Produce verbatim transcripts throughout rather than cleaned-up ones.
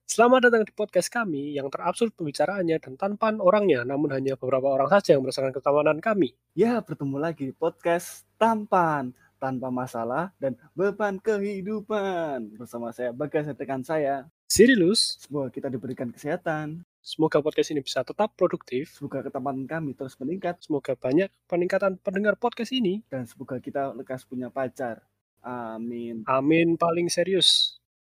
Selamat datang di podcast kami yang terabsurd pembicaraannya dan tanpa orangnya, namun hanya beberapa orang saja yang merasakan ketawanan kami. Ya, bertemu lagi di podcast Tampan, tanpa masalah dan beban kehidupan. Bersama saya Bagas dan rekan saya. Sirilus, Semoga kita diberikan kesehatan. semoga podcast ini bisa tetap produktif. Semoga ketamanan kami terus meningkat. Semoga banyak peningkatan pendengar podcast ini. Dan semoga kita lekas punya pacar. Amin. Amin paling serius.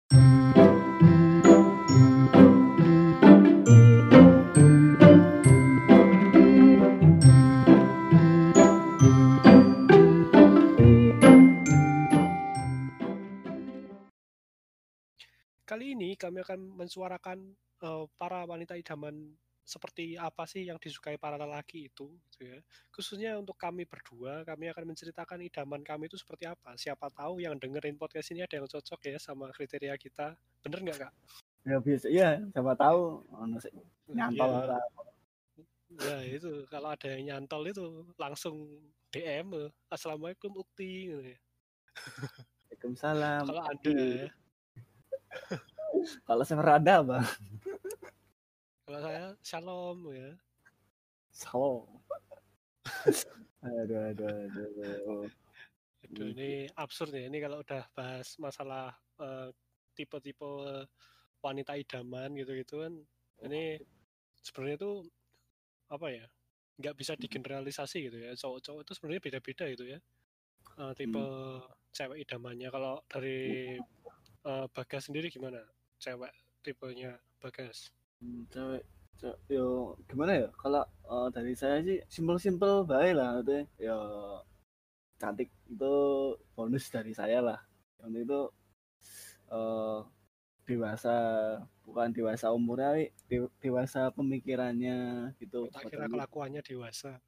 Kali ini kami akan mensuarakan uh, para wanita idaman seperti apa sih yang disukai para lelaki itu, gitu ya. Khususnya untuk kami berdua, kami akan menceritakan idaman kami itu seperti apa. Siapa tahu yang dengerin podcast ini ada yang cocok ya sama kriteria kita. Bener nggak, Kak? Ya bisa, ya siapa tahu nyantol ya, lah. Ya itu kalau ada yang nyantol itu langsung D M, Assalamualaikum Ukti. Waalaikumsalam. Kalau ada ya. Kalau saya rada bang. Kalau saya shalom ya. Shalom. aduh, aduh, aduh. Aduh, ini absurd ya. Ini kalau udah bahas masalah uh, tipe-tipe wanita idaman gitu-gitu kan. Ini sebenarnya tuh apa ya? Nggak bisa digeneralisasi gitu ya. Cowok-cowok itu sebenarnya beda-beda gitu ya. Uh, tipe hmm. cewek idamannya. Kalau dari uh, Bagas sendiri gimana? Cewek tipenya Bagas? Hmm, cewek, cewek, yo gimana ya? Kalau uh, dari saya sih simpel-simpel baik lah, itu ya cantik itu bonus dari saya lah. Yang itu uh, dewasa, bukan dewasa umurnya, de, dewasa pemikirannya gitu. Tak kira kelakuannya dewasa.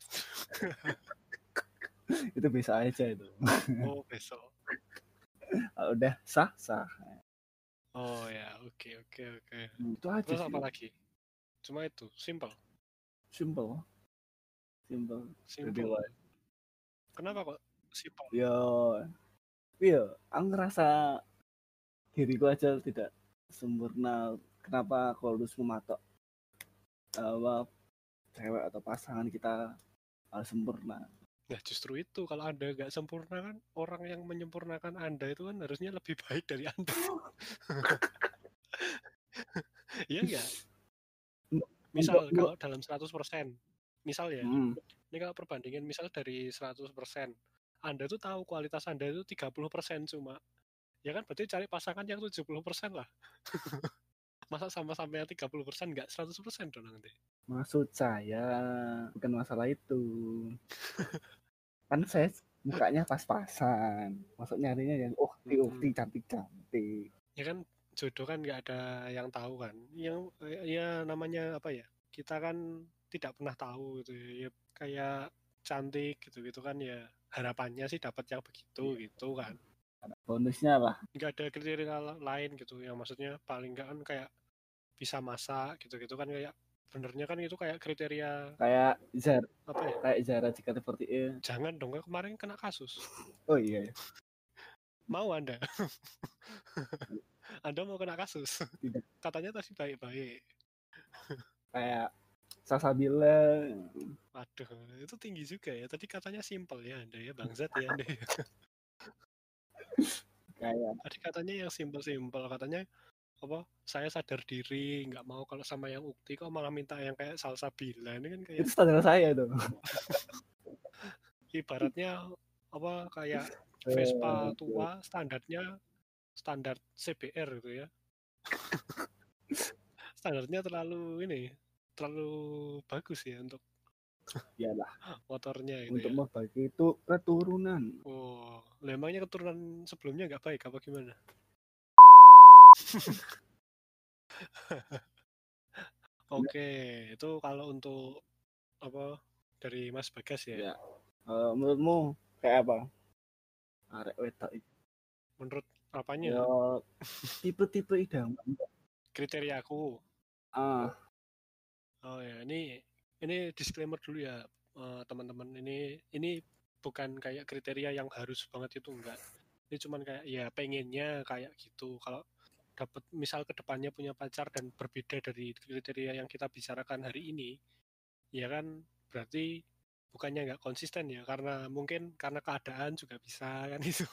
Itu bisa aja itu. Oh besok. Udah sah sah. Oh ya, oke okay, oke okay, oke. Okay. Hmm, itu aja terus sih. Apa lagi? Cuma itu, simple. Simple. Simple. Simple. Kenapa kok simple? Yo, yo, aku ngerasa diriku aja tidak sempurna. Kenapa aku harus mematok apa cewek atau pasangan kita harus sempurna? Nah justru itu, kalau Anda nggak sempurna kan, orang yang menyempurnakan Anda itu kan harusnya lebih baik dari Anda. Iya nggak? Misal kalau dalam seratus persen, misal ya, hmm. ini kalau perbandingan misal dari seratus persen, Anda tuh tahu kualitas Anda itu tiga puluh persen cuma, ya kan berarti cari pasangan yang tujuh puluh persen lah. Masa sama-sama yang tiga puluh persen nggak seratus persen dong nanti? Maksud saya bukan masalah itu. Kan saya mukanya pas-pasan. Maksud nyarinya yang oh ukti cantik-cantik. Ya kan jodoh kan nggak ada yang tahu kan. Yang ya namanya apa ya? Kita kan tidak pernah tahu gitu ya. Ya kayak cantik gitu-gitu kan ya. Harapannya sih dapat yang begitu yeah. gitu kan. Bonusnya lah. Nggak ada kriteria lain gitu. Yang maksudnya paling nggak kan kayak bisa masak gitu-gitu kan, kayak benernya kan itu kayak kriteria kayak Zara apa ya? Kayak Zara jika seperti itu. Jangan dong, kemarin kena kasus. Oh iya. Mau Anda? Anda mau kena kasus? Tidak. Katanya tadi baik-baik. Kayak Salsabila. Waduh, itu tinggi juga ya. Tadi katanya simple ya Anda ya, bangsat ya Anda. Kayak. Tadi katanya yang simple-simple, katanya apa? Saya sadar diri, nggak mau kalau sama yang ukti, kok malah minta yang kayak Salsabila. Ini kan kayak. Itu standar saya itu. Ibaratnya apa kayak Vespa tua, standarnya standar C B R gitu ya. Standarnya terlalu ini, terlalu bagus ya untuk iyalah motornya itu untuk ya. membagi itu keturunan. Oh, memangnya keturunan sebelumnya nggak baik apa gimana? Oke, itu kalau untuk apa dari Mas Bagas ya. Ya. Uh, menurutmu kayak apa? Arek wedok itu. Menurut apanya? Ya, tipe-tipe idaman. Kriteria aku. Ah. Oh ya, ini ini disclaimer dulu ya, uh, teman-teman. Ini ini bukan kayak kriteria yang harus banget itu, enggak. Ini cuman kayak ya pengennya kayak gitu. Kalau dapat misal kedepannya punya pacar dan berbeda dari kriteria yang kita bicarakan hari ini, ya kan berarti bukannya nggak konsisten ya, karena mungkin karena keadaan juga bisa kan itu.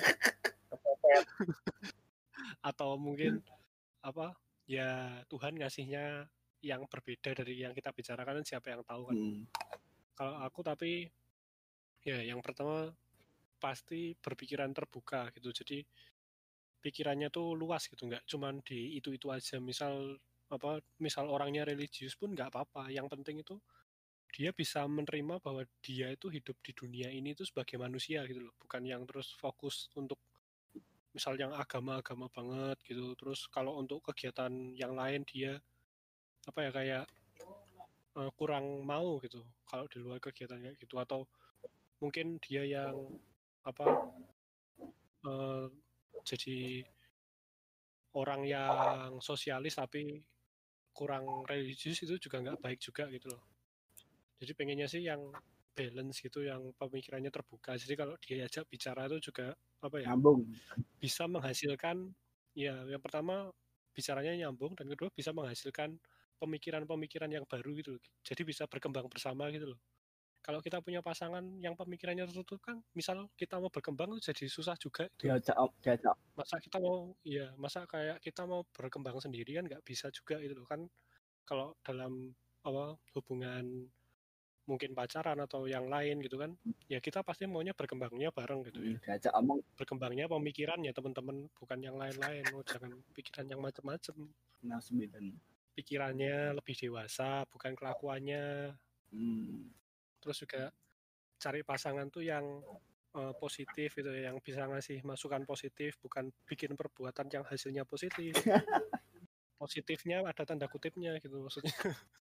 Atau mungkin apa ya Tuhan ngasihnya yang berbeda dari yang kita bicarakan, siapa yang tahu kan. Hmm. Kalau aku tapi ya yang pertama pasti berpikiran terbuka gitu, jadi pikirannya tuh luas gitu, nggak cuman di itu-itu aja. Misal apa misal orangnya religius pun nggak apa-apa, yang penting itu dia bisa menerima bahwa dia itu hidup di dunia ini itu sebagai manusia gitu loh, bukan yang terus fokus untuk misal yang agama-agama banget gitu. Terus kalau untuk kegiatan yang lain dia apa ya kayak uh, kurang mau gitu kalau di luar kegiatan kayak gitu, atau mungkin dia yang apa uh, jadi orang yang sosialis tapi kurang religius, itu juga nggak baik juga gitu loh. Jadi pengennya sih yang balance gitu, yang pemikirannya terbuka. Jadi kalau diajak bicara itu juga apa ya Nyambung. bisa menghasilkan ya yang pertama bicaranya nyambung, dan kedua bisa menghasilkan pemikiran-pemikiran yang baru gitu loh. Jadi bisa berkembang bersama gitu loh. Kalau kita punya pasangan yang pemikirannya tertutup kan, misal kita mau berkembang itu jadi susah juga itu. Diajak diajak. Masa kita mau ya masa kayak kita mau berkembang sendiri kan nggak bisa juga gitu loh kan. Kalau dalam apa hubungan mungkin pacaran atau yang lain gitu kan, ya kita pasti maunya berkembangnya bareng gitu ya. Diajak omong. Berkembangnya pemikiran ya teman-teman, bukan yang lain-lain. Oh, jangan pikiran yang macam-macam. Nah sembilan. Pikirannya lebih dewasa, bukan kelakuannya. Hmm. Terus juga cari pasangan tuh yang uh, positif gitu ya, yang bisa ngasih masukan positif, bukan bikin perbuatan yang hasilnya positif. Positifnya ada tanda kutipnya gitu maksudnya.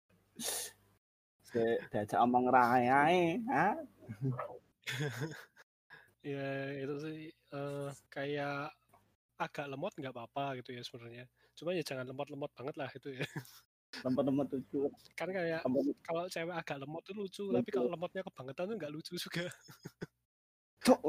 Diajak omong rae, ha? Ya itu sih uh, kayak agak lemot nggak apa-apa gitu ya sebenarnya. Cuma ya jangan lemot-lemot banget lah itu ya. Lemot-lemot lucu. Kan kayak Lemot. kalau cewek agak lemot tuh lucu, Lucu. tapi kalau lemotnya kebangetan tuh nggak lucu juga. Cuk.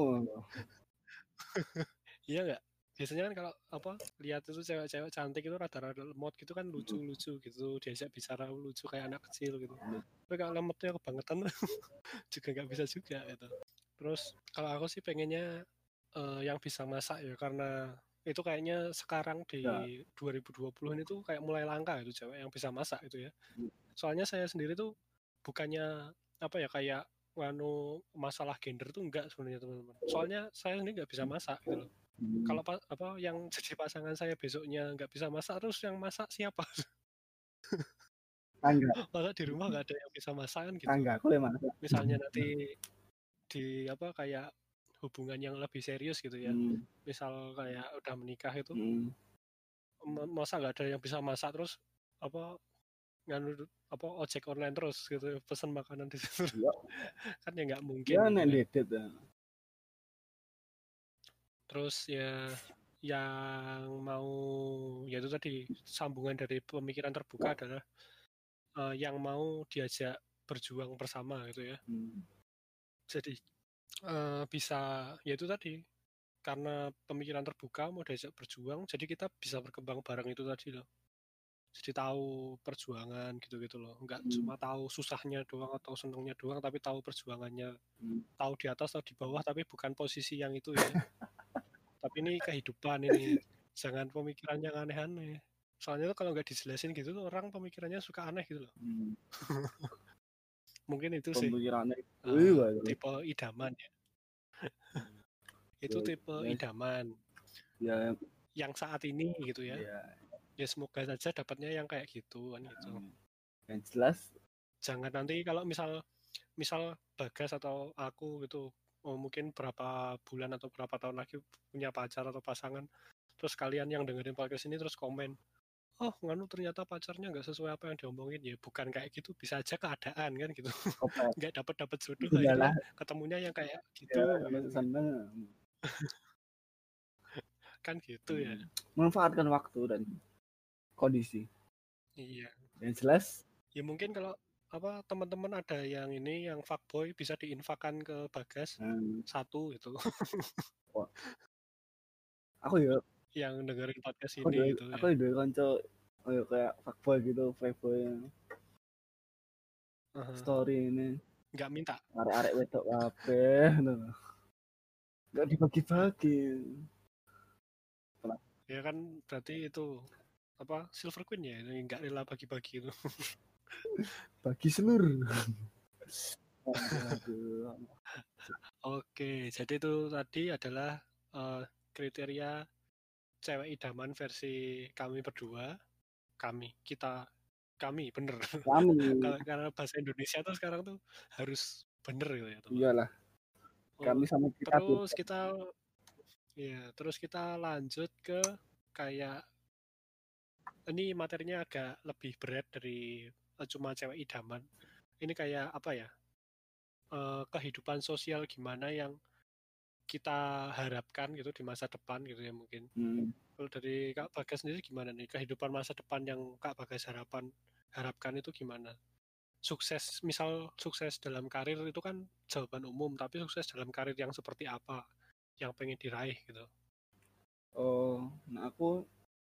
Iya nggak? Biasanya kan kalau apa lihat itu cewek-cewek cantik itu rada-rada lemot gitu kan, lucu-lucu gitu, diajak bicara lucu kayak anak kecil gitu. Tapi kalau lemotnya kebangetan juga nggak bisa juga gitu. Terus kalau aku sih pengennya uh, yang bisa masak ya, karena itu kayaknya sekarang di Ya. dua ribu dua puluh ini tuh kayak mulai langka itu cewek yang bisa masak itu ya. Soalnya saya sendiri tuh bukannya apa ya kayak nganu masalah gender tuh enggak sebenarnya teman-teman. Soalnya saya sendiri nggak bisa masak gitu loh. Hmm. Kalau pa- apa yang jadi pasangan saya besoknya nggak bisa masak, terus yang masak siapa? Tangga. Masa di rumah nggak ada yang bisa masak kan gitu. Tangga aku lemah. Misalnya nanti di apa kayak hubungan yang lebih serius gitu ya. Hmm. Misal kayak udah menikah itu, Hmm. masa nggak ada yang bisa masak, terus apa nganu apa ojek online terus gitu, pesan makanan di situ. Ya. Kan ya nggak mungkin Ya gitu nek kan. dedet. Terus ya yang mau ya itu tadi sambungan dari pemikiran terbuka adalah uh, yang mau diajak berjuang bersama gitu ya. Hmm. Jadi uh, bisa ya itu tadi, karena pemikiran terbuka mau diajak berjuang, jadi kita bisa berkembang bareng itu tadi loh. Jadi tahu perjuangan gitu-gitu loh, nggak Hmm. cuma tahu susahnya doang atau senengnya doang, tapi tahu perjuangannya. Hmm. Tahu di atas atau di bawah, tapi bukan posisi yang itu ya. Tapi ini kehidupan ini, jangan pemikiran yang aneh-aneh. Soalnya tuh kalau nggak dijelasin gitu tuh orang pemikirannya suka aneh gitu loh. Hmm. Mungkin itu sih Pemikirannya uh, tipe idaman ya. Itu ya, tipe ya, idaman ya, yang saat ini gitu ya. ya. Ya semoga saja dapatnya yang kayak gitu kan gitu. Yang jelas Jangan nanti kalau misal misal Bagas atau aku gitu, oh, mungkin berapa bulan atau berapa tahun lagi punya pacar atau pasangan, terus kalian yang dengerin podcast ini terus komen, oh nganu ternyata pacarnya nggak sesuai apa yang diomongin. Ya bukan kayak gitu, bisa aja keadaan kan gitu. Nggak dapat dapat jodoh akhirnya ketemunya yang kayak gitu, ya, gitu. Seneng. Kan gitu ya. Memanfaatkan waktu dan kondisi. Iya. Yang jelas ya mungkin kalau apa teman-teman ada yang ini yang fuckboy bisa diinfakkan ke Bagas hmm. satu itu. Wah. Aku ya yang dengerin podcast Aku ini dulu gitu aku ya. dulu kanca kayak kayak fuckboy gitu, playboy Uh-huh. story ini. Nggak minta. Arek-arek wedok kabeh ngono. Enggak dibagi-bagi. Ya kan berarti itu apa Silver Queen ya, ini nggak rela bagi-bagi itu. Bagi seluruh. Aduh. Oke, jadi itu tadi adalah uh, kriteria cewek idaman versi kami berdua. Kami, kita, kami, bener. Kami, Kalau karena bahasa Indonesia tuh sekarang tuh harus bener gitu ya teman. iyalah. Oh, Kami sama kita terus beda. kita, ya, terus kita lanjut ke kayak ini materinya agak lebih berat dari uh, cuma cewek idaman. Ini kayak apa ya? Uh, kehidupan sosial gimana yang kita harapkan gitu di masa depan gitu ya mungkin. Hmm. Kalau dari Kak Bagas sendiri gimana nih kehidupan masa depan yang Kak Bagas harapan harapkan itu gimana? Sukses, misal sukses dalam karir itu kan jawaban umum, tapi sukses dalam karir yang seperti apa yang pengen diraih gitu. Oh, nah aku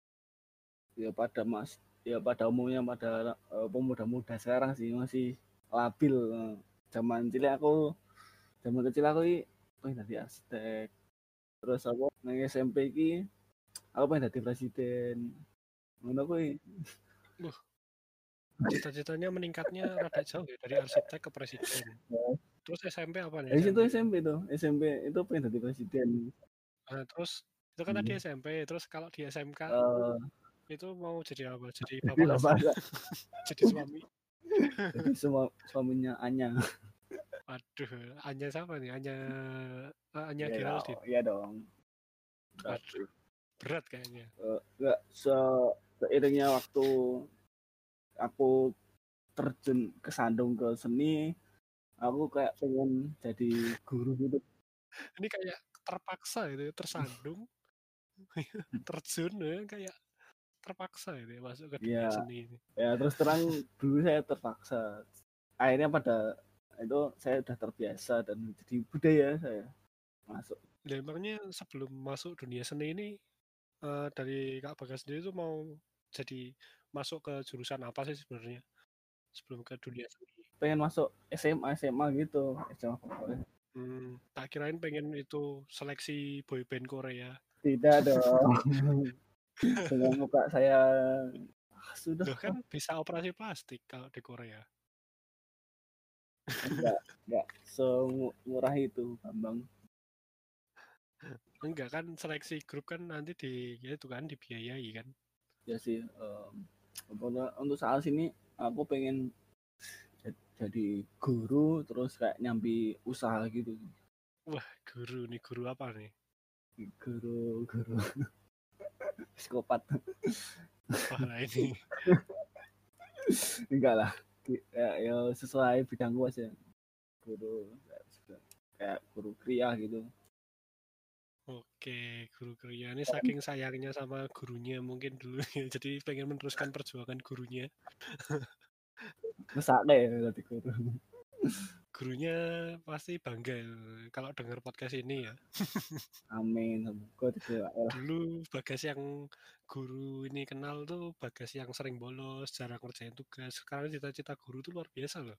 ya pada mas ya pada umumnya pada uh, pemuda-muda sekarang sih masih labil. Zaman cilik aku, zaman kecil aku ini pengen jadi arsitek. Terus aku nang S M P ki aku pengen jadi presiden. Ngono kuwi. Wah, cita-citanya meningkatnya rada jauh ya dari arsitek ke presiden. Terus S M P apa nih Dari S M situ P? S M P tuh, S M P itu pengen jadi presiden. Nah, terus itu kan tadi Hmm. S M P, terus kalau di S M K Uh, itu mau jadi apa? Jadi jadi bapak bapak, kosan, jadi suami. jadi semua suaminya Anya. Waduh, Anya siapa nih? Anya eh, Anya Iya dong, Geraldine. iya dong. Waduh, berat kayaknya. Uh, enggak se seiringnya waktu aku terjun kesandung ke seni, aku kayak pengen jadi guru gitu. Ini kayak terpaksa gitu, ya, tersandung, terjun ya, kayak terpaksa gitu ya masuk ke dunia Ya, seni ini. ya terus terang dulu saya terpaksa. Akhirnya pada itu saya udah terbiasa dan jadi budaya saya masuk. Dan emangnya sebelum masuk dunia seni ini eh, dari Kak Bagas sendiri tuh mau jadi masuk ke jurusan apa sih sebenarnya sebelum ke dunia seni? Pengen masuk S M A S M A gitu, S M A favorit. Hmm, tak kirain pengen itu seleksi boyband Korea. Tidak dong. Dengan muka saya ah, sudah Loh kan bisa operasi plastik kalau di Korea. enggak enggak semurah itu, Bambang. Enggak kan seleksi grup kan nanti di ya itu kan dibiayai kan. Ya sih, um, untuk, untuk saat ini aku pengen jadi guru terus kayak nyambi usaha gitu. Wah, guru nih, guru apa nih? Guru guru psikopat. Wah, lah ini. Enggak lah. Ya, ya sesuai bidangku aja. Guru kayak guru kriya gitu. Oke, guru Korea ini saking sayangnya sama gurunya mungkin dulu ya. Jadi pengen meneruskan perjuangan gurunya. Mesake ya berarti guru. Gurunya pasti bangga kalau dengar podcast ini ya. Amin. Semoga tidak ya. Dulu Bagas yang guru ini kenal tuh Bagas yang sering bolos, jarang ngerjain tugas. Sekarang cita-cita guru tuh luar biasa loh.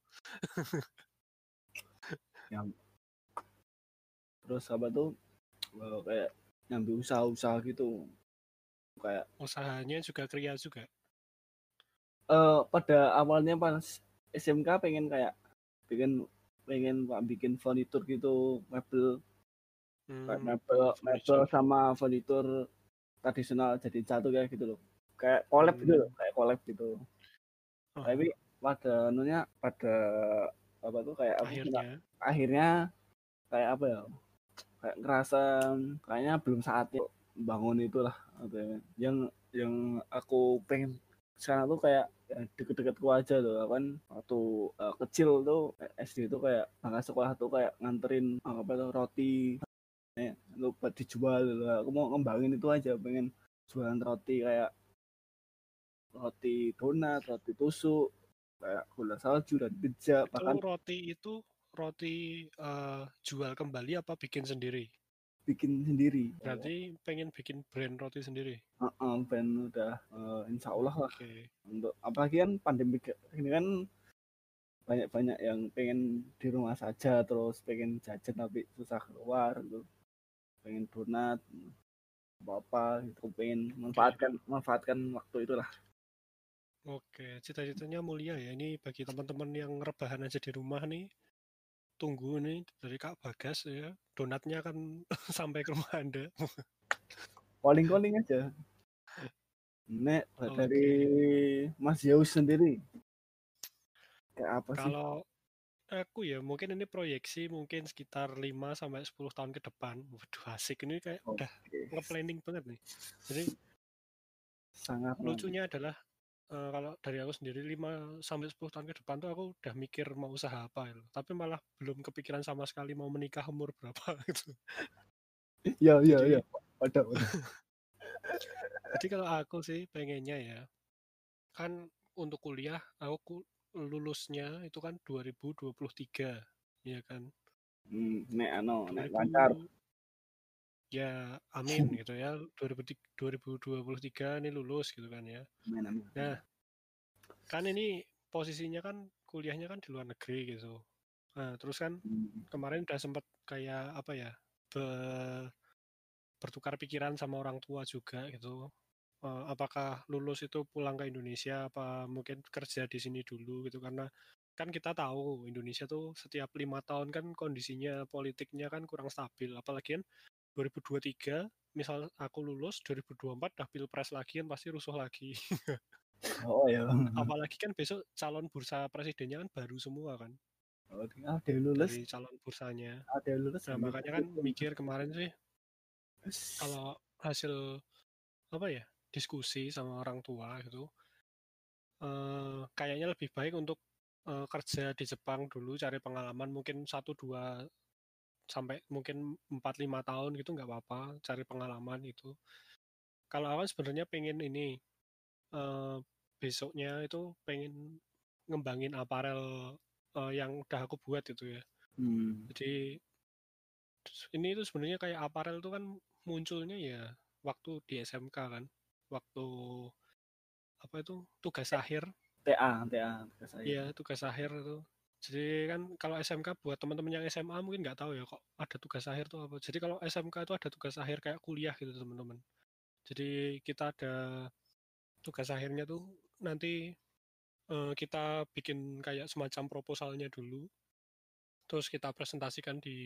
Yang terus apa tuh uh, kayak nyambi usaha-usaha gitu. Kayak Usahanya juga Kria juga. uh, pada awalnya pas S M K pengen kayak bikin pengen pak bikin furnitur gitu, mebel Hmm, kayak mebel mebel, mebel furniture. sama furnitur tradisional jadi satu kayak gitu loh, kayak collab gitu loh, Hmm. kayak collab gitu. Oh, Tapi pada nunya pada apa tuh kayak aku nggak- akhirnya akhirnya kayak apa ya, kayak ngerasa kayaknya belum saatnya bangun itulah apa ya, yang yang aku pengen sekarang tuh kayak ya, deket-deketku aja loh kan. Waktu uh, kecil tuh S D tuh kayak angkat sekolah tuh kayak nganterin uh, apa tuh roti eh, lu buat dijual loh. Aku mau ngembangin itu aja, pengen jualan roti kayak roti donat, roti tusuk, kayak gula salju dan pizza itu bahkan roti itu roti eh, jual kembali apa bikin sendiri? bikin sendiri. Berarti pengen bikin brand roti sendiri. Heeh, brand udah uh, insya Allah lah. Oke. Untuk apalagi kan pandemi ini kan banyak-banyak yang pengen di rumah saja terus pengen jajan tapi susah keluar gitu. Pengen donat apa-apa gitu, pengen manfaatkan manfaatkan waktu itulah. Oke, cita-citanya mulia ya. Ini bagi teman-teman yang rebahan aja di rumah nih, tunggu nih dari Kak Bagas ya. Donatnya akan sampai ke rumah Anda. Calling-calling aja. Nek dari Oke. Mas Yaus sendiri kayak apa sih? Kalau aku ya mungkin ini proyeksi mungkin sekitar lima sampai sepuluh tahun ke depan. Waduh, asik ini kayak udah Oke, nge-planning banget nih. Jadi sangat lucunya adalah eh, kalau dari aku sendiri lima sampai sepuluh tahun ke depan tuh aku udah mikir mau usaha apa ya. Tapi malah belum kepikiran sama sekali mau menikah umur berapa gitu. ya ya ya Jadi ada ada. jadi kalau aku sih pengennya ya kan untuk kuliah aku ku- lulusnya itu kan dua ribu dua puluh tiga ya kan. Hmm, nek ano nek lancar. dua ribu ya amin gitu ya dua ribu dua ribu dua puluh tiga ini lulus gitu kan ya. Amin, amin. Nah, kan ini posisinya kan kuliahnya kan di luar negeri gitu. Nah, terus kan Hmm. kemarin udah sempat kayak apa ya be- bertukar pikiran sama orang tua juga gitu. Eh, apakah lulus itu pulang ke Indonesia apa mungkin kerja di sini dulu gitu karena kan kita tahu Indonesia tuh setiap lima tahun kan kondisinya politiknya kan kurang stabil apalagi kan dua ribu dua puluh tiga misal aku lulus dua ribu dua puluh empat dah pilpres lagi kan pasti rusuh lagi. Oh ya. Apalagi kan besok calon bursa presidennya kan baru semua kan Oh, ada yang lulus, dari calon bursanya. ada yang lulus Nah ambil makanya kan hukum. mikir kemarin sih kalau hasil apa ya diskusi sama orang tua gitu eh, kayaknya lebih baik untuk eh, kerja di Jepang dulu cari pengalaman mungkin satu dua sampai mungkin empat lima tahun gitu nggak apa-apa cari pengalaman itu. Kalau aku kan sebenarnya pengen ini eh, besoknya itu pengen ngembangin aparel eh, yang udah aku buat itu ya. Hmm. Jadi ini itu sebenarnya kayak aparel itu kan munculnya ya waktu di S M K kan, waktu apa itu tugas akhir. T A, T A tugas saya. Iya, tugas akhir itu. Jadi kan kalau S M K buat teman-teman yang S M A mungkin nggak tahu ya kok ada tugas akhir tuh apa. Jadi kalau S M K itu ada tugas akhir kayak kuliah gitu teman-teman. Jadi kita ada tugas akhirnya tuh nanti eh, kita bikin kayak semacam proposalnya dulu. Terus kita presentasikan di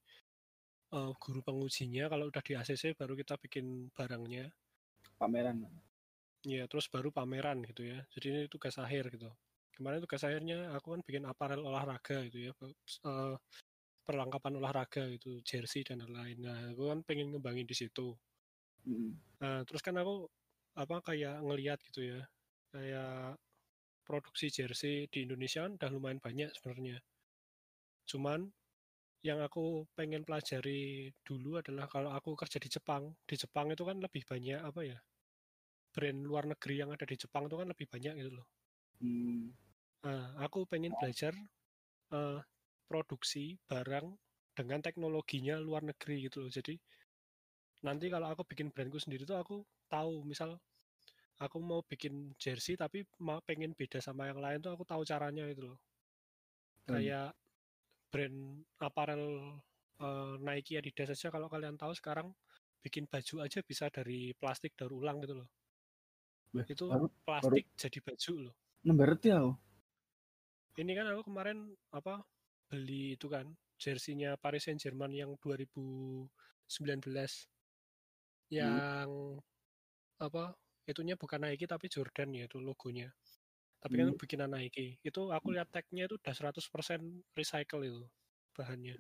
eh, guru pengujinya. Kalau udah di A C C baru kita bikin barangnya. Pameran. Ya, terus baru pameran gitu ya. Jadi ini tugas akhir gitu. Kemarin tugas akhirnya aku kan bikin aparel olahraga gitu ya. Eh, perlengkapan olahraga gitu, jersey dan lain-lain. Nah, aku kan pengen ngembangin di situ. Hmm. Nah, terus kan aku apa kayak ngeliat gitu ya, kayak produksi jersey di Indonesia kan udah lumayan banyak sebenarnya. Cuman yang aku pengen pelajari dulu adalah kalau aku kerja di Jepang, di Jepang itu kan lebih banyak apa ya, brand luar negeri yang ada di Jepang itu kan lebih banyak gitu loh. Hmm. Nah, aku pengen belajar eh, produksi barang dengan teknologinya luar negeri gitu loh. Jadi nanti kalau aku bikin brandku sendiri tuh aku tahu misal aku mau bikin jersey tapi mau pengen beda sama yang lain tuh aku tahu caranya itu loh Hmm. kayak brand aparel eh, Nike Adidas saja kalau kalian tahu sekarang bikin baju aja bisa dari plastik daur ulang gitu loh Weh, itu baru baru plastik jadi baju loh ngerti aku. ini kan aku kemarin apa beli itu kan jersinya Paris Saint-Germain yang dua ribu sembilan belas Hmm. yang apa itunya bukan Nike tapi Jordan ya itu logonya tapi kan Hmm. bikinan Nike itu aku lihat tagnya itu udah seratus persen recycle itu bahannya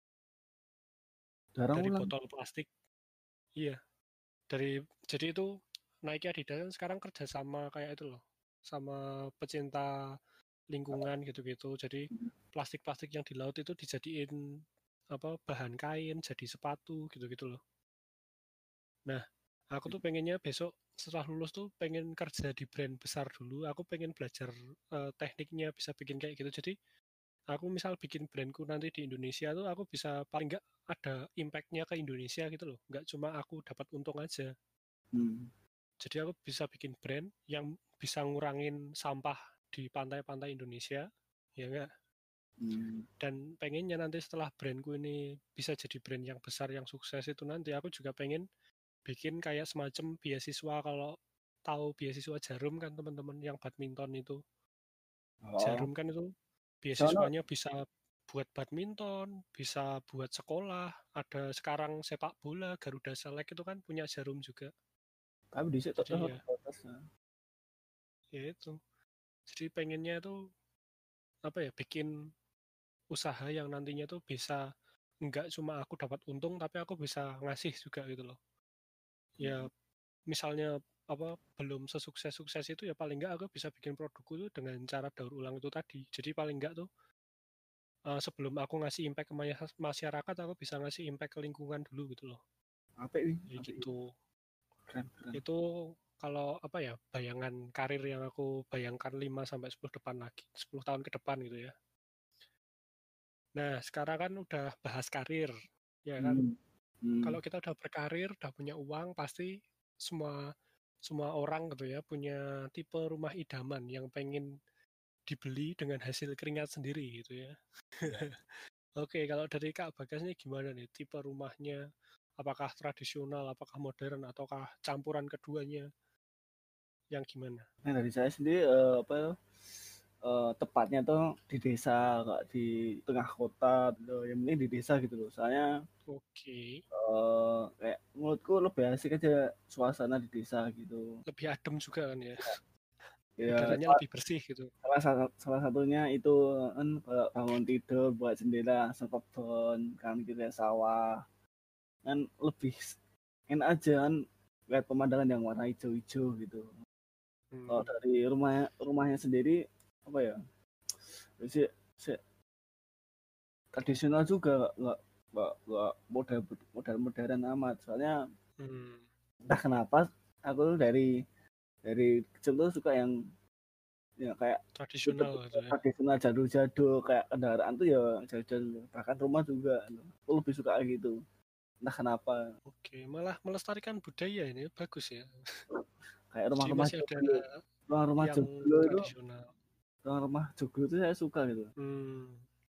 Jarang dari ulang. botol plastik iya dari jadi itu Nike Adidas kan sekarang kerja sama kayak itu loh sama pecinta lingkungan gitu-gitu jadi plastik-plastik yang di laut itu dijadiin apa bahan kain jadi sepatu gitu-gitu loh. Nah aku tuh pengennya besok setelah lulus tuh pengen kerja di brand besar dulu aku pengen belajar uh, tekniknya bisa bikin kayak gitu jadi aku misal bikin brandku nanti di Indonesia tuh aku bisa paling nggak ada impact-nya ke Indonesia gitu loh, nggak cuma aku dapat untung aja. Hmm. Jadi aku bisa bikin brand yang bisa ngurangin sampah di pantai-pantai Indonesia, ya nggak? Hmm. Dan pengennya nanti setelah brandku ini bisa jadi brand yang besar, yang sukses itu nanti aku juga pengen bikin kayak semacam beasiswa. Kalau tahu beasiswa Jarum kan teman-teman yang badminton itu. Oh, Jarum kan itu soalnya beasiswanya bisa buat badminton, bisa buat sekolah, ada sekarang sepak bola, Garuda Select itu kan punya Jarum juga. tapi di situ Jadi ya, terbatas. ya itu. Jadi pengennya itu apa ya, bikin usaha yang nantinya tuh bisa nggak cuma aku dapat untung tapi aku bisa ngasih juga gitu loh. Ya misalnya apa belum sesukses-sukses itu ya paling nggak aku bisa bikin produkku tuh dengan cara daur ulang itu tadi. Jadi paling nggak tuh uh, sebelum aku ngasih impact ke masyarakat aku bisa ngasih impact ke lingkungan dulu gitu loh. Apa ini? Jadi Apa ini? gitu. Keren, keren. Itu kalau apa ya bayangan karir yang aku bayangkan lima sampai sepuluh depan lagi, sepuluh tahun ke depan gitu ya. Nah, sekarang kan udah bahas karir, ya kan? Hmm. Hmm. Kalau kita udah berkarir, udah punya uang, pasti semua semua orang gitu ya punya tipe rumah idaman yang pengen dibeli dengan hasil keringat sendiri gitu ya. Ya. Oke, kalau dari Kak Bagas nih gimana nih tipe rumahnya? Apakah tradisional, apakah modern, ataukah campuran keduanya? Yang gimana? Nah, dari saya sendiri eh, apa ya, eh, tepatnya tuh di desa, nggak di tengah kota gitu. Yang penting di desa gitu loh. Soalnya Oke, eh, kayak menurutku lebih asik aja suasana di desa gitu. lebih adem juga kan ya. Ya, Udaranya lebih bersih gitu. salah, salah, salah satunya itu kan kalau bangun tidur buat jendela sama kebun kan gitu ya, sawah kan lebih enak aja kan, lihat pemandangan yang warna hijau-hijau gitu. Kalau Hmm. dari rumahnya rumahnya sendiri apa ya, sih sih tradisional juga, nggak nggak nggak modern modern modern amat. Soalnya Hmm. entah kenapa aku tuh dari dari kecil tuh suka yang ya kayak tipe Tradisional gitu ya. tradisional jadul-jadul, kayak kendaraan tuh ya jadul, bahkan rumah juga aku lebih suka kayak gitu, entah kenapa. Oke, malah melestarikan budaya ini bagus ya. Kayak Jadi rumah-rumah masih ada joglo, rumah-rumah yang joglo itu, tradisional. rumah-rumah joglo itu saya suka gitu. Hmm,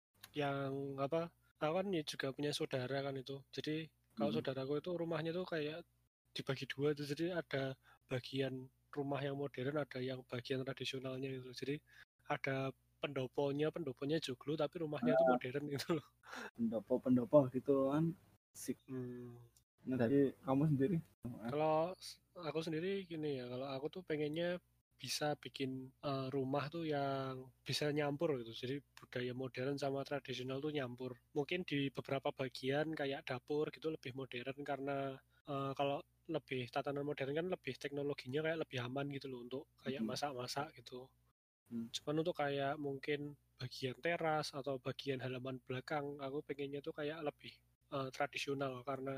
yang apa? Aku kan ya juga punya saudara kan itu. Jadi kalau Hmm. saudaraku itu rumahnya tuh kayak dibagi dua tuh. Jadi ada bagian rumah yang modern, ada yang bagian tradisionalnya itu. Jadi ada pendoponya, pendoponya joglo tapi rumahnya itu Nah, modern gitu loh. pendopo pendopo gitu kan sik. Hmm. Nah, dari kamu sendiri. Kalau aku sendiri gini ya, kalau aku tuh pengennya bisa bikin eh, rumah tuh yang bisa nyampur gitu. Jadi budaya modern sama tradisional tuh nyampur. Mungkin di beberapa bagian kayak dapur gitu lebih modern karena eh, kalau lebih tatanan modern kan lebih teknologinya kayak lebih aman gitu loh untuk kayak Hmm. masak-masak gitu. Hmm. Cuman untuk kayak mungkin bagian teras atau bagian halaman belakang, aku pengennya tuh kayak lebih eh, tradisional karena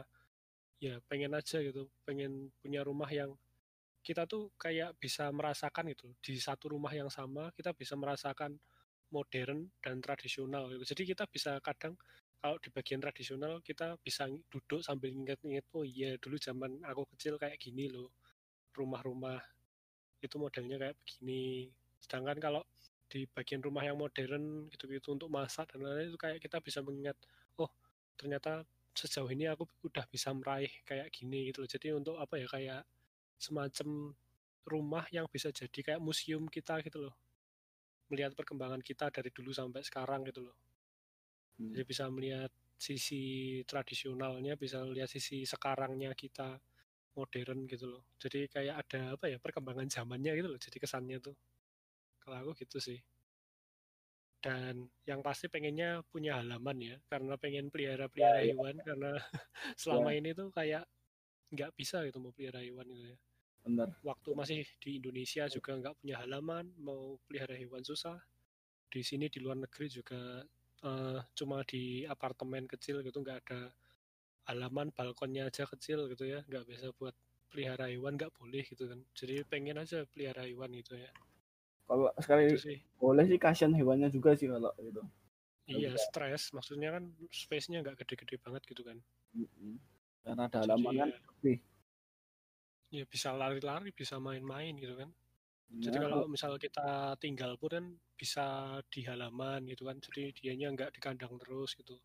ya pengen aja gitu, pengen punya rumah yang kita tuh kayak bisa merasakan gitu di satu rumah yang sama kita bisa merasakan modern dan tradisional gitu. Jadi kita bisa kadang kalau di bagian tradisional kita bisa duduk sambil inget-inget, oh iya dulu zaman aku kecil kayak gini loh rumah-rumah itu modelnya kayak begini. Sedangkan kalau di bagian rumah yang modern gitu-gitu untuk masak dan lain-lain itu kayak kita bisa mengingat, oh ternyata sejauh ini aku udah bisa meraih kayak gini gitu loh. Jadi untuk apa ya kayak semacam rumah yang bisa jadi kayak museum kita gitu loh. Melihat perkembangan kita dari dulu sampai sekarang gitu loh. Hmm. Jadi bisa melihat sisi tradisionalnya, bisa lihat sisi sekarangnya kita modern gitu loh. Jadi kayak ada apa ya perkembangan zamannya gitu loh. Jadi kesannya tuh. Kalau aku gitu sih. Dan yang pasti pengennya punya halaman ya, karena pengen Ya, pelihara-pelihara ya, hewan, karena selama ya, ini tuh kayak nggak bisa gitu mau pelihara hewan gitu ya. benar. Waktu masih di Indonesia juga nggak punya halaman, mau pelihara hewan susah. Di sini di luar negeri juga eh, cuma di apartemen kecil gitu, nggak ada halaman, balkonnya aja kecil gitu ya, nggak bisa buat pelihara hewan, nggak boleh gitu kan. Jadi pengen aja pelihara hewan gitu ya. Kalau Itu sekali sih. boleh sih kasihan hewannya juga sih kalau gitu. Iya, stres. Maksudnya kan space-nya nggak gede-gede banget gitu kan. Mm-mm. Karena ada halaman kan ya, lebih. ya bisa lari-lari, bisa main-main gitu kan. Ya, Jadi kalau kalau misal kita tinggal pun kan bisa di halaman gitu kan. Jadi dianya nggak di kandang terus gitu.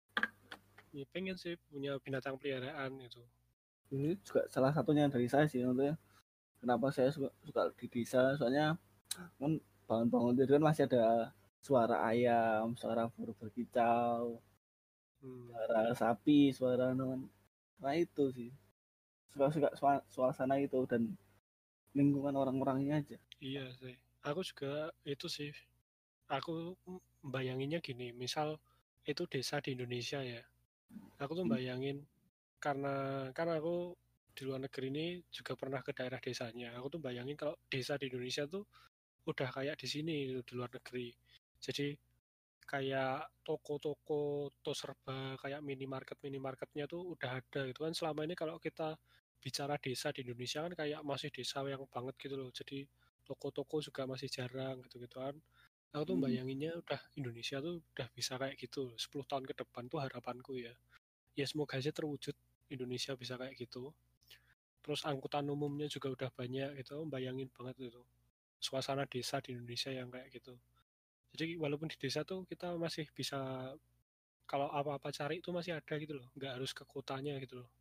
Ya pengen sih punya binatang peliharaan gitu. ini juga salah satunya dari saya sih maksudnya. Kenapa saya suka, suka di desa? Soalnya kan bangun-bangun tidur kan masih ada suara ayam, suara burung berkicau, Hmm, suara sapi, suara non. Nah itu sih. Suka-suka suasana itu dan lingkungan orang-orangnya aja. iya sih. Aku juga itu sih. Aku bayanginnya gini. Misal itu desa di Indonesia ya. Aku tuh bayangin karena kan aku di luar negeri ini juga pernah ke daerah desanya. Aku tuh bayangin kalau desa di Indonesia tuh udah kayak di sini di luar negeri. Jadi kayak toko-toko to serba kayak minimarket minimarketnya tuh udah ada gitu kan. Selama ini kalau kita bicara desa di Indonesia kan kayak masih desa yang banget gitu loh. Jadi toko-toko juga masih jarang gitu-gitu kan. Aku tuh Hmm. bayanginnya udah Indonesia tuh udah bisa kayak gitu. sepuluh tahun ke depan tuh harapanku ya. Ya semoga aja terwujud Indonesia bisa kayak gitu. Terus angkutan umumnya juga udah banyak gitu. Bayangin banget itu. Suasana desa di Indonesia yang kayak gitu. Jadi walaupun di desa tuh kita masih bisa kalau apa-apa cari itu masih ada gitu loh. Nggak harus ke kotanya gitu loh.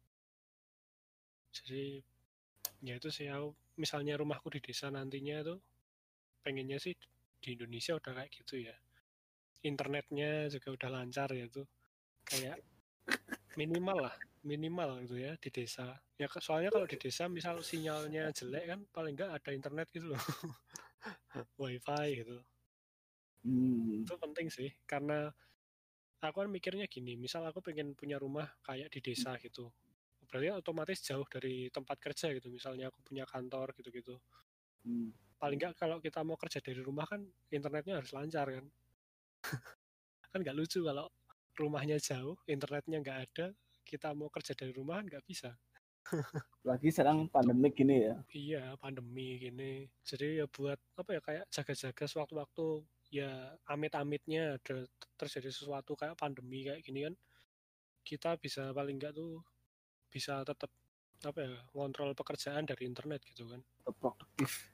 Jadi ya itu sih aku misalnya rumahku di desa nantinya tuh pengennya sih di Indonesia udah kayak gitu ya. Internetnya juga udah lancar ya tuh. Kayak minimal lah minimal gitu ya di desa ya soalnya kalau di desa misal sinyalnya jelek kan paling nggak ada internet gitu loh. Wifi gitu Hmm. itu penting sih karena aku kan mikirnya gini misal aku pengen punya rumah kayak di desa gitu berarti otomatis jauh dari tempat kerja gitu misalnya aku punya kantor gitu-gitu Hmm. paling nggak kalau kita mau kerja dari rumah kan internetnya harus lancar kan kan nggak lucu kalau rumahnya jauh internetnya nggak ada kita mau kerja dari rumah kan nggak bisa Lagi sekarang gitu. pandemik gini ya. Iya, pandemi gini. Jadi ya buat apa ya kayak jaga-jaga sewaktu-waktu ya amit-amitnya ada terjadi sesuatu kayak pandemi kayak gini kan kita bisa paling enggak tuh bisa tetap apa ya ngontrol pekerjaan dari internet gitu kan. Tetap produktif.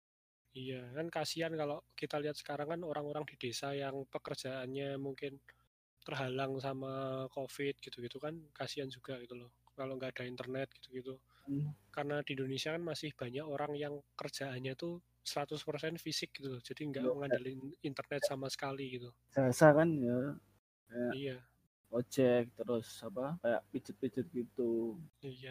Iya, kan kasihan kalau kita lihat sekarang kan orang-orang di desa yang pekerjaannya mungkin terhalang sama COVID gitu-gitu kan kasihan juga gitu loh. Kalau nggak ada internet gitu-gitu. Hmm. Karena di Indonesia kan masih banyak orang yang kerjaannya tuh seratus persen fisik gitu loh. Jadi nggak mengandalkan internet sama sekali gitu. Jasa kan ya, kayak Iya, ojek terus apa kayak pijet-pijet gitu. iya.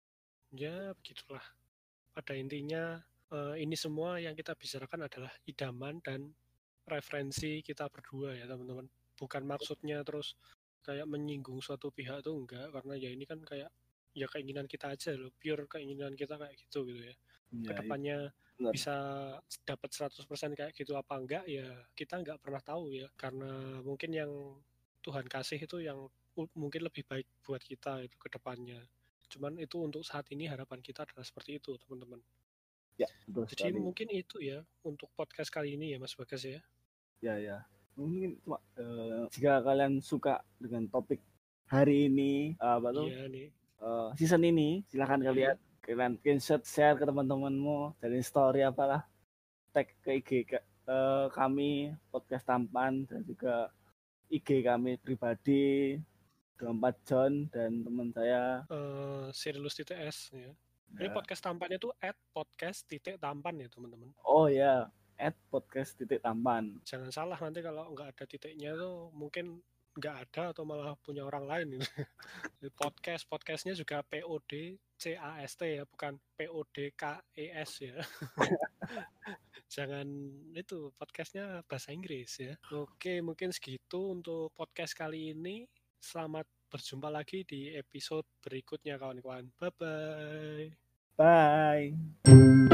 Ya, begitulah. Pada intinya eh, ini semua yang kita bicarakan adalah idaman dan referensi kita berdua ya, teman-teman. Bukan maksudnya terus kayak menyinggung suatu pihak tuh enggak, karena ya ini kan kayak ya keinginan kita aja loh, pure keinginan kita kayak gitu gitu ya. Ya itu Kedepannya benar. bisa dapat seratus persen kayak gitu apa enggak ya kita nggak pernah tahu ya karena mungkin yang Tuhan kasih itu yang mungkin lebih baik buat kita itu kedepannya cuman itu untuk saat ini harapan kita adalah seperti itu teman-teman Ya betul jadi sekali. mungkin itu ya untuk podcast kali ini ya Mas Bagas ya. Ya ya mungkin cuma eh, jika kalian suka dengan topik hari ini apa tuh Iya nih. eh, season ini silahkan kalian Hmm. kalian screenshot share ke teman-temanmu dari story apalah tag ke I G ke, eh, kami podcast tampan dan juga I G kami pribadi dua puluh empat John dan teman saya. Uh, Sirilus titik S ya. Ini Ya. podcast tampannya tuh at podcast titik tampan ya teman-teman. Oh ya, at podcast titik tampan. Jangan salah nanti kalau nggak ada titiknya tuh mungkin nggak ada atau malah punya orang lain gitu. Podcast podcastnya juga P O D C A S T ya bukan P O D K E S ya. Jangan itu podcastnya bahasa Inggris ya. Oke mungkin segitu untuk podcast kali ini. Selamat berjumpa lagi di episode berikutnya kawan-kawan. Bye bye. Bye.